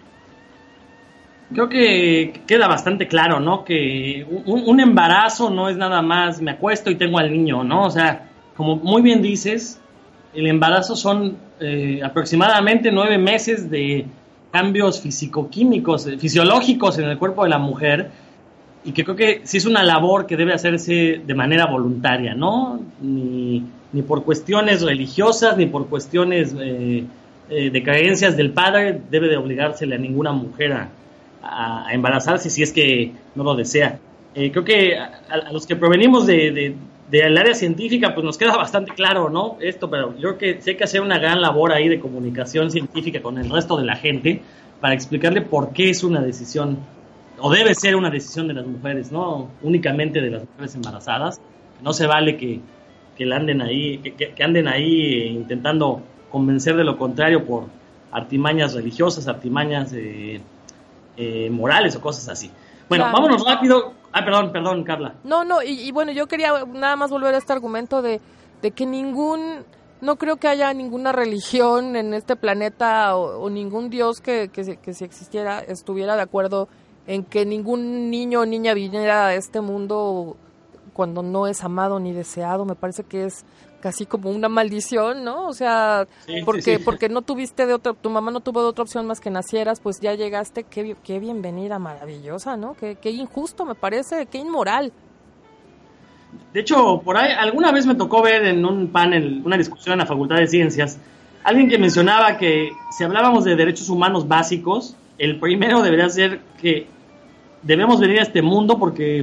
Creo que queda bastante claro, ¿no? Que un embarazo no es nada más me acuesto y tengo al niño, ¿no? O sea, como muy bien dices, el embarazo son aproximadamente 9 meses de cambios físico-químicos, fisiológicos en el cuerpo de la mujer, y que creo que sí es una labor que debe hacerse de manera voluntaria, ¿no? Ni por cuestiones religiosas, ni por cuestiones de creencias del padre debe de obligársele a ninguna mujer a embarazarse si es que no lo desea. Creo que a los que provenimos del área científica, pues nos queda bastante claro, ¿no? Esto, pero yo creo que sí hay que hacer una gran labor ahí de comunicación científica con el resto de la gente para explicarle por qué es una decisión, o debe ser una decisión de las mujeres, no únicamente de las mujeres embarazadas. No se vale que anden ahí intentando convencer de lo contrario por artimañas religiosas, artimañas morales o cosas así. Bueno, claro. Vámonos rápido. Perdón, Carla. No, y bueno, yo quería nada más volver a este argumento de que no creo que haya ninguna religión en este planeta o ningún Dios que si existiera estuviera de acuerdo en que ningún niño o niña viniera a este mundo cuando no es amado ni deseado. Me parece que es casi como una maldición, ¿no? O sea, sí, porque no tuviste tu mamá no tuvo de otra opción más que nacieras, pues ya llegaste, qué bienvenida maravillosa, ¿no? Qué injusto me parece, qué inmoral. De hecho, por ahí alguna vez me tocó ver en un panel, una discusión en la Facultad de Ciencias, alguien que mencionaba que si hablábamos de derechos humanos básicos, el primero debería ser que debemos venir a este mundo porque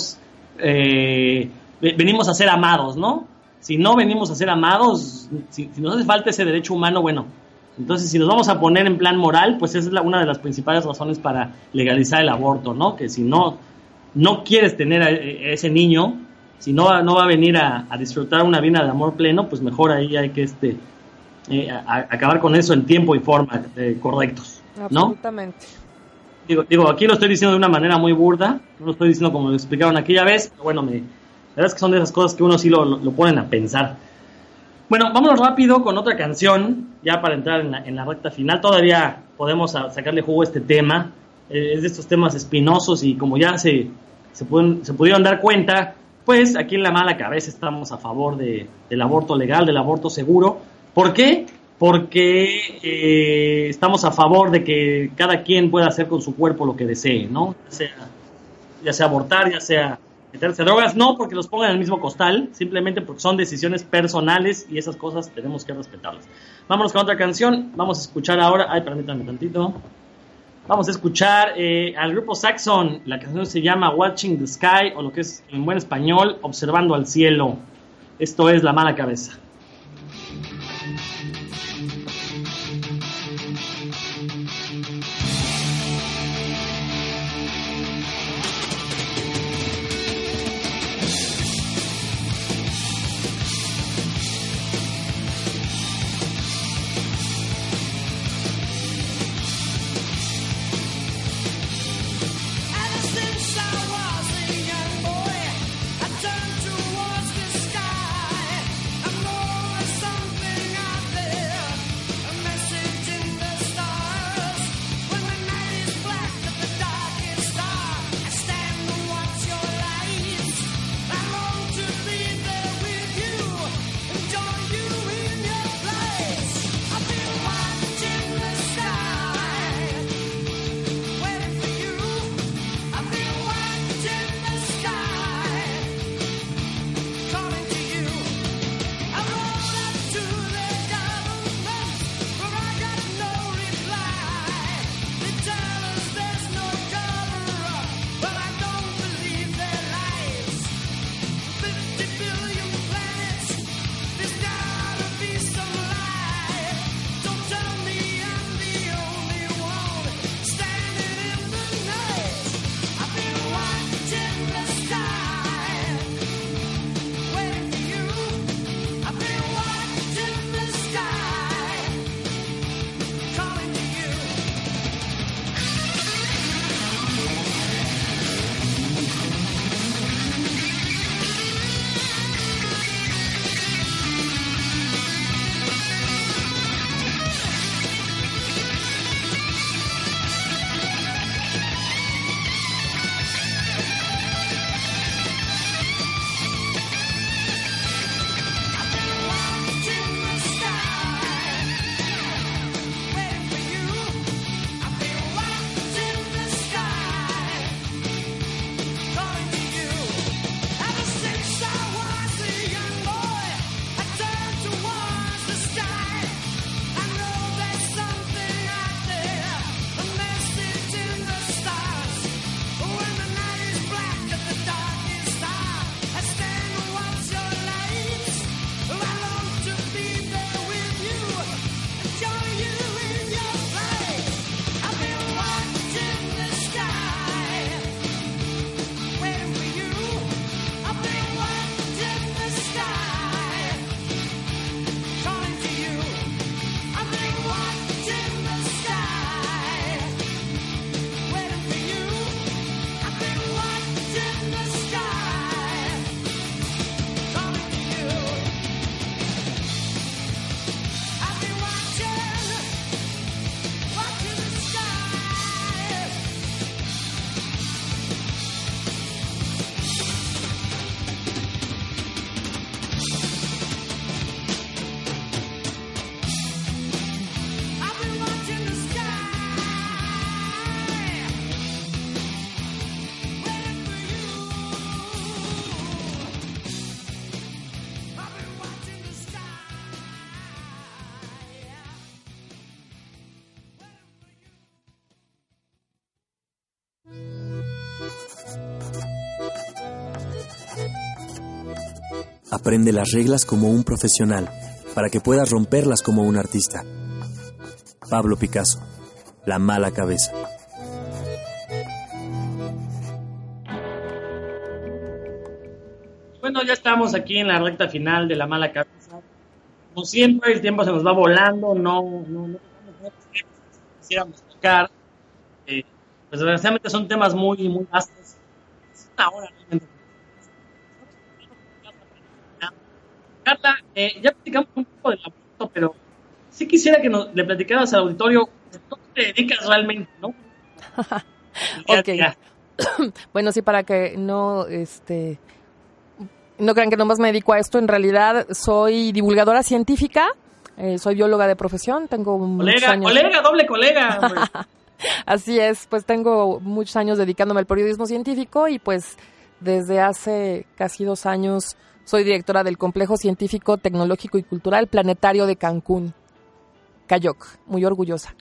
venimos a ser amados, ¿no? Si no venimos a ser amados, si nos hace falta ese derecho humano, bueno, entonces si nos vamos a poner en plan moral, pues esa es una de las principales razones para legalizar el aborto, ¿no? Que si no quieres tener a ese niño, si no va a venir a disfrutar una vida de amor pleno, pues mejor ahí hay que acabar con eso en tiempo y forma correctos, ¿no? Absolutamente. Digo, aquí lo estoy diciendo de una manera muy burda, no lo estoy diciendo como lo explicaron aquella vez, pero bueno, la verdad es que son de esas cosas que uno sí lo ponen a pensar. Bueno, vámonos rápido con otra canción, ya para entrar en la recta final. Todavía podemos sacarle jugo a este tema. Es de estos temas espinosos y como ya se pudieron dar cuenta, pues aquí en La Mala Cabeza estamos a favor del aborto legal, del aborto seguro. ¿Por qué? Porque estamos a favor de que cada quien pueda hacer con su cuerpo lo que desee, ¿no? Ya sea abortar, ya sea meterse drogas, no porque los pongan en el mismo costal, simplemente porque son decisiones personales y esas cosas tenemos que respetarlas. Vámonos con otra canción, vamos a escuchar ahora, permítanme tantito, vamos a escuchar al grupo Saxon, la canción se llama Watching the Sky, o lo que es en buen español, Observando al Cielo. Esto es La Mala Cabeza. I'm more Aprende las reglas como un profesional, para que puedas romperlas como un artista. Pablo Picasso, La mala cabeza. Bueno, ya estamos aquí en la recta final de La mala cabeza. Como siempre, el tiempo se nos va volando, no quisiéramos tocar. Pues desgraciadamente son temas muy, muy vastos. Es una hora realmente. Carla, ya platicamos un poco del aborto, pero sí quisiera que le platicaras al auditorio a qué te dedicas realmente, ¿no? Ok. Bueno, sí, para que no crean que nomás me dedico a esto. En realidad soy divulgadora científica, soy bióloga de profesión, tengo muchos años. Doble colega. Así es, pues tengo muchos años dedicándome al periodismo científico y pues desde hace casi 2 años soy directora del Complejo Científico, Tecnológico y Cultural Planetario de Cancún, Cayoc, muy orgullosa.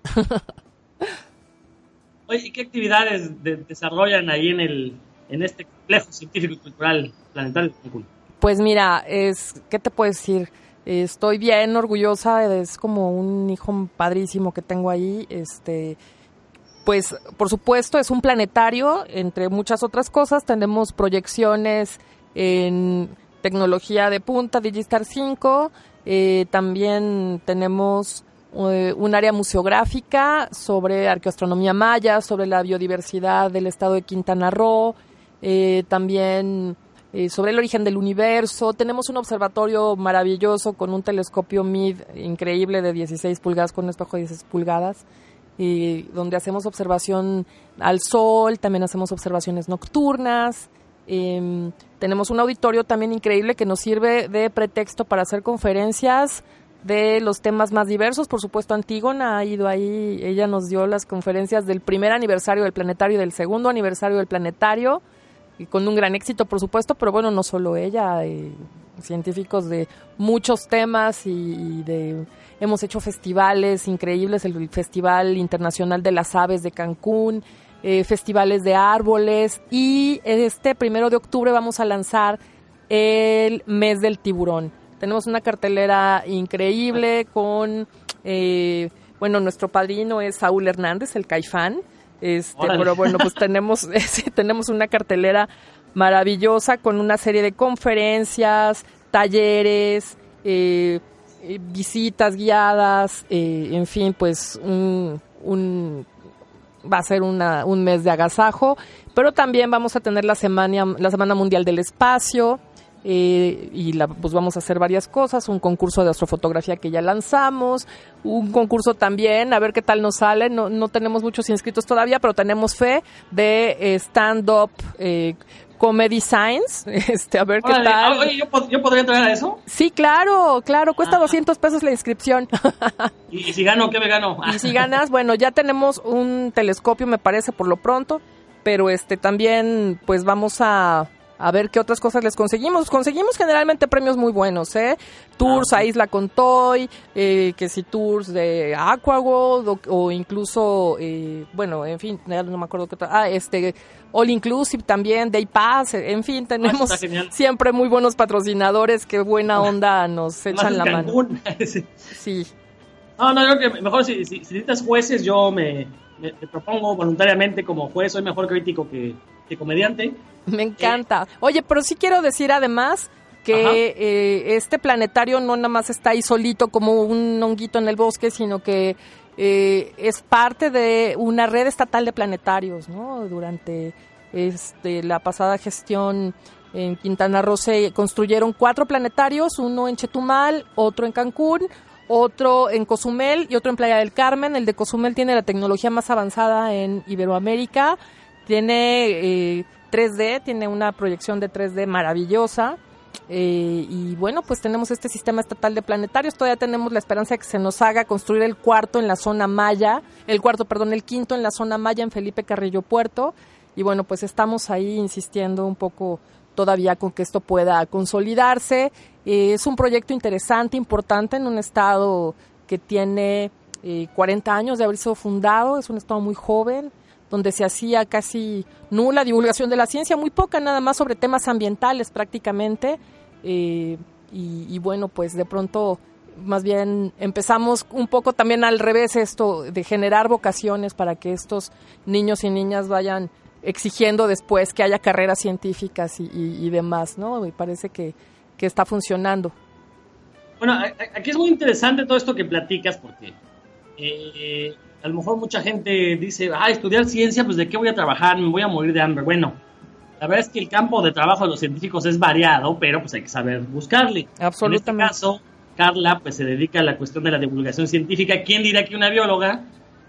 Oye, ¿y qué actividades desarrollan ahí en este Complejo Científico y Cultural Planetario de Cancún? Pues mira, ¿qué te puedo decir? Estoy bien orgullosa, es como un hijo padrísimo que tengo ahí, pues por supuesto es un planetario, entre muchas otras cosas, tenemos proyecciones en tecnología de punta, Digistar 5, también tenemos un área museográfica sobre arqueoastronomía maya, sobre la biodiversidad del estado de Quintana Roo, también sobre el origen del universo. Tenemos un observatorio maravilloso con un telescopio MID increíble de 16 pulgadas, con un espejo de 16 pulgadas, donde hacemos observación al sol, también hacemos observaciones nocturnas. Tenemos un auditorio también increíble que nos sirve de pretexto para hacer conferencias de los temas más diversos. Por supuesto, Antígona ha ido ahí, ella nos dio las conferencias del primer aniversario del planetario y del segundo aniversario del planetario, y con un gran éxito, por supuesto, pero bueno, no solo ella, científicos de muchos temas hemos hecho festivales increíbles, el Festival Internacional de las Aves de Cancún, festivales de árboles, y este 1 de octubre vamos a lanzar el Mes del Tiburón. Tenemos una cartelera increíble con, nuestro padrino es Saúl Hernández, el Caifán, pero bueno, pues tenemos una cartelera maravillosa con una serie de conferencias, talleres, visitas guiadas, en fin, pues va a ser un mes de agasajo, pero también vamos a tener la Semana Mundial del Espacio, pues vamos a hacer varias cosas, un concurso de astrofotografía que ya lanzamos, un concurso también, a ver qué tal nos sale, no tenemos muchos inscritos todavía, pero tenemos fe de stand-up Comedy Science, a ver qué tal. Oye, ¿yo podría entrar a eso? Sí, claro, cuesta $200 la inscripción. ¿Y si gano, qué me gano? Y si ganas, bueno, ya tenemos un telescopio, me parece, por lo pronto, pero también, pues vamos a ver qué otras cosas les conseguimos. Conseguimos generalmente premios muy buenos, tours a Isla Contoy, que si tours de Aquaworld o incluso, en fin, no me acuerdo qué otra. All Inclusive también, Day Pass, en fin, tenemos siempre muy buenos patrocinadores, que buena onda nos echan la mano. Sí. No, yo creo que mejor si necesitas jueces, yo me propongo voluntariamente como juez, soy mejor crítico que comediante. Me encanta. Oye, pero sí quiero decir además que este planetario no nada más está ahí solito como un honguito en el bosque, sino que es parte de una red estatal de planetarios, ¿no? Durante la pasada gestión en Quintana Roo se construyeron 4 planetarios, uno en Chetumal, otro en Cancún, otro en Cozumel y otro en Playa del Carmen. El de Cozumel tiene la tecnología más avanzada en Iberoamérica, tiene 3D, tiene una proyección de 3D maravillosa, y bueno, pues tenemos este sistema estatal de planetarios. Todavía tenemos la esperanza de que se nos haga construir el quinto en la zona Maya en Felipe Carrillo Puerto, y bueno, pues estamos ahí insistiendo un poco todavía con que esto pueda consolidarse. Es un proyecto interesante, importante, en un estado que tiene 40 años de haber sido fundado, es un estado muy joven, donde se hacía casi nula divulgación de la ciencia, muy poca nada más sobre temas ambientales prácticamente, y bueno, pues de pronto más bien empezamos un poco también al revés esto de generar vocaciones para que estos niños y niñas vayan exigiendo después que haya carreras científicas y demás, ¿no? Me parece que está funcionando. Bueno, aquí es muy interesante todo esto que platicas porque a lo mejor mucha gente dice, estudiar ciencia, pues ¿de qué voy a trabajar? Me voy a morir de hambre. Bueno, la verdad es que el campo de trabajo de los científicos es variado, pero pues hay que saber buscarle. Absolutamente. En este caso, Carla pues se dedica a la cuestión de la divulgación científica. ¿Quién dirá que una bióloga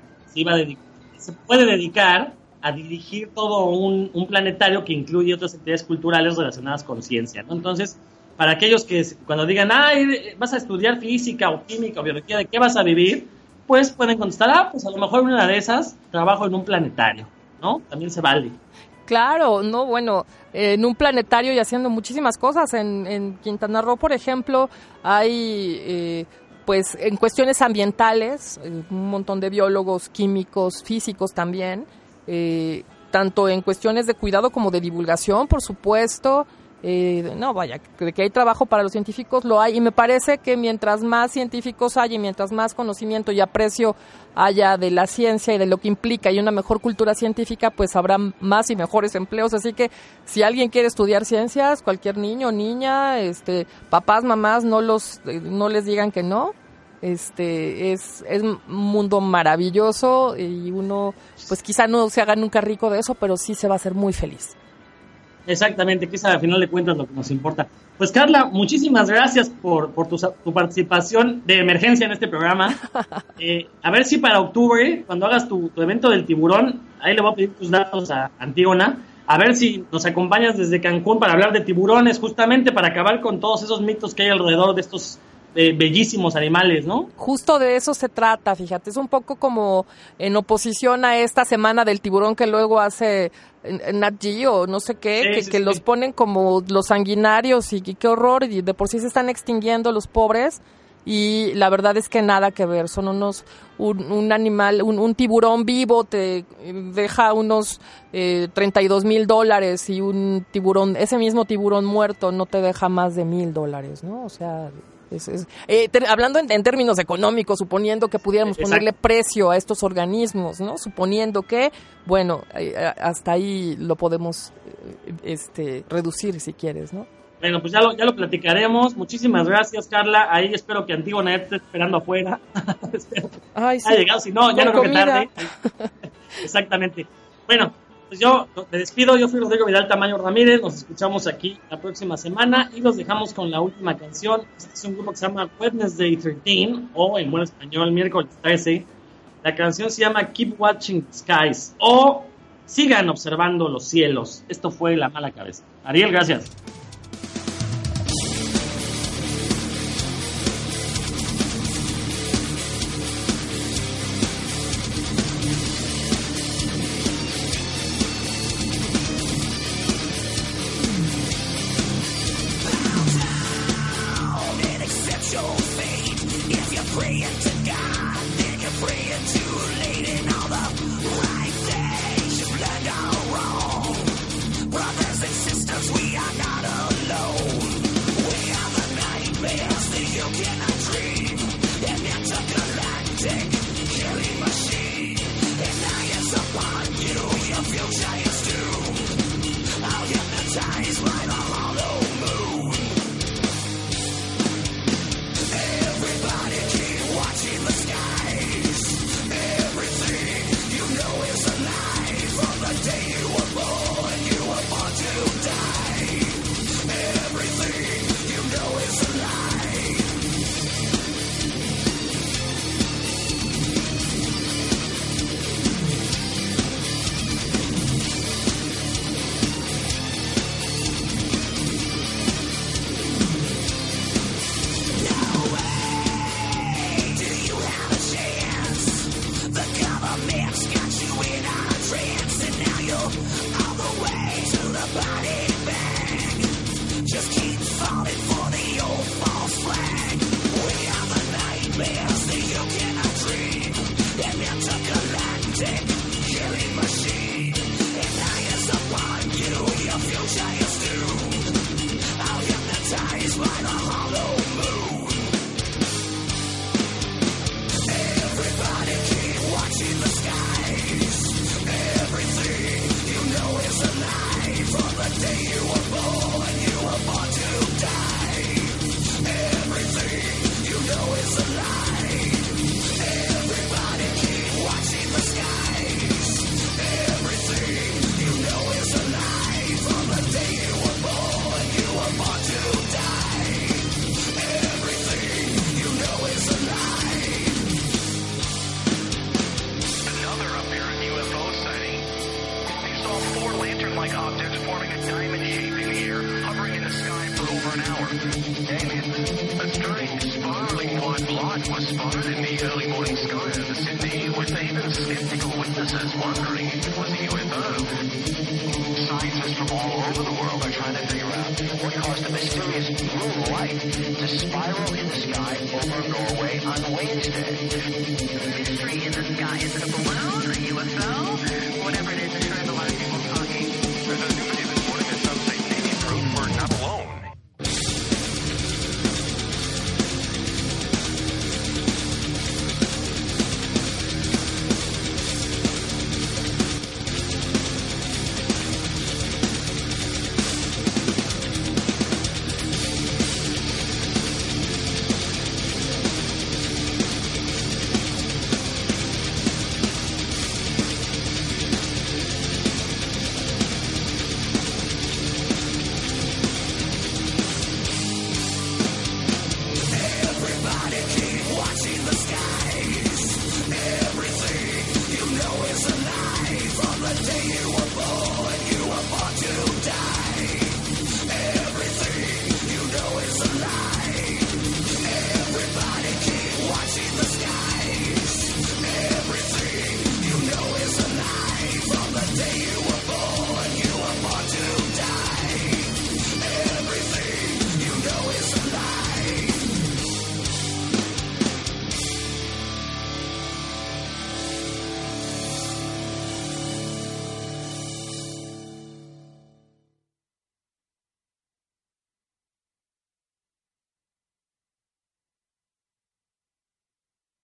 se puede dedicar a dirigir todo un planetario que incluye otras actividades culturales relacionadas con ciencia, ¿no? Entonces, para aquellos que cuando digan, vas a estudiar física o química o biología, ¿de qué vas a vivir? Pues pueden contestar, pues a lo mejor una de esas trabajo en un planetario, ¿no? También se vale. Claro, no, bueno, en un planetario y haciendo muchísimas cosas. En Quintana Roo, por ejemplo, hay, pues, en cuestiones ambientales, un montón de biólogos, químicos, físicos también, tanto en cuestiones de cuidado como de divulgación, por supuesto. No, vaya, de que hay trabajo para los científicos lo hay, y me parece que mientras más científicos haya y mientras más conocimiento y aprecio haya de la ciencia y de lo que implica y una mejor cultura científica, pues habrá más y mejores empleos. Así que si alguien quiere estudiar ciencias, cualquier niño o niña, papás, mamás, no les digan que no. Es un mundo maravilloso y uno, pues quizá no se haga nunca rico de eso, pero sí se va a hacer muy feliz. Exactamente, que es al final de cuentas lo que nos importa. Pues Carla, muchísimas gracias por tu participación de emergencia en este programa. A ver si para octubre, cuando hagas tu evento del tiburón, ahí le voy a pedir tus datos a Antígona, a ver si nos acompañas desde Cancún para hablar de tiburones, justamente para acabar con todos esos mitos que hay alrededor de estos bellísimos animales, ¿no? Justo de eso se trata, fíjate, es un poco como en oposición a esta semana del tiburón que luego hace Nat Geo, no sé qué, que los ponen como los sanguinarios y qué horror, y de por sí se están extinguiendo los pobres, y la verdad es que nada que ver, son un animal, un tiburón vivo te deja unos $32,000 y un tiburón, ese mismo tiburón muerto no te deja más de $1,000, ¿no? O sea, hablando en términos económicos, suponiendo que pudiéramos ponerle precio a estos organismos, ¿no? Suponiendo que, bueno, hasta ahí lo podemos reducir si quieres, ¿no? Bueno, pues ya lo platicaremos. Muchísimas gracias, Carla. Ahí espero que Antígona esté esperando afuera. Ay, sí. Ha llegado, si no, ya no creo que tarde. Exactamente. Bueno, pues yo me despido. Yo fui Rodrigo Vidal Tamayo Ramírez. Nos escuchamos aquí la próxima semana y los dejamos con la última canción. Este es un grupo que se llama Wednesday 13, o en buen español, miércoles 13. La canción se llama Keep Watching the Skies, o Sigan observando los cielos. Esto fue La Mala Cabeza. Ariel, gracias. Your future is doomed. I'll hypnotize over an hour. Aliens. A strange, spiraling white light was spotted in the early morning sky over Sydney, with even skeptical witnesses wondering if it was a UFO. Scientists from all over the world are trying to figure out what caused a mysterious moon light to spiral in the sky over Norway on Wednesday. Mystery in the sky. Is it a balloon, a UFO? Whatever it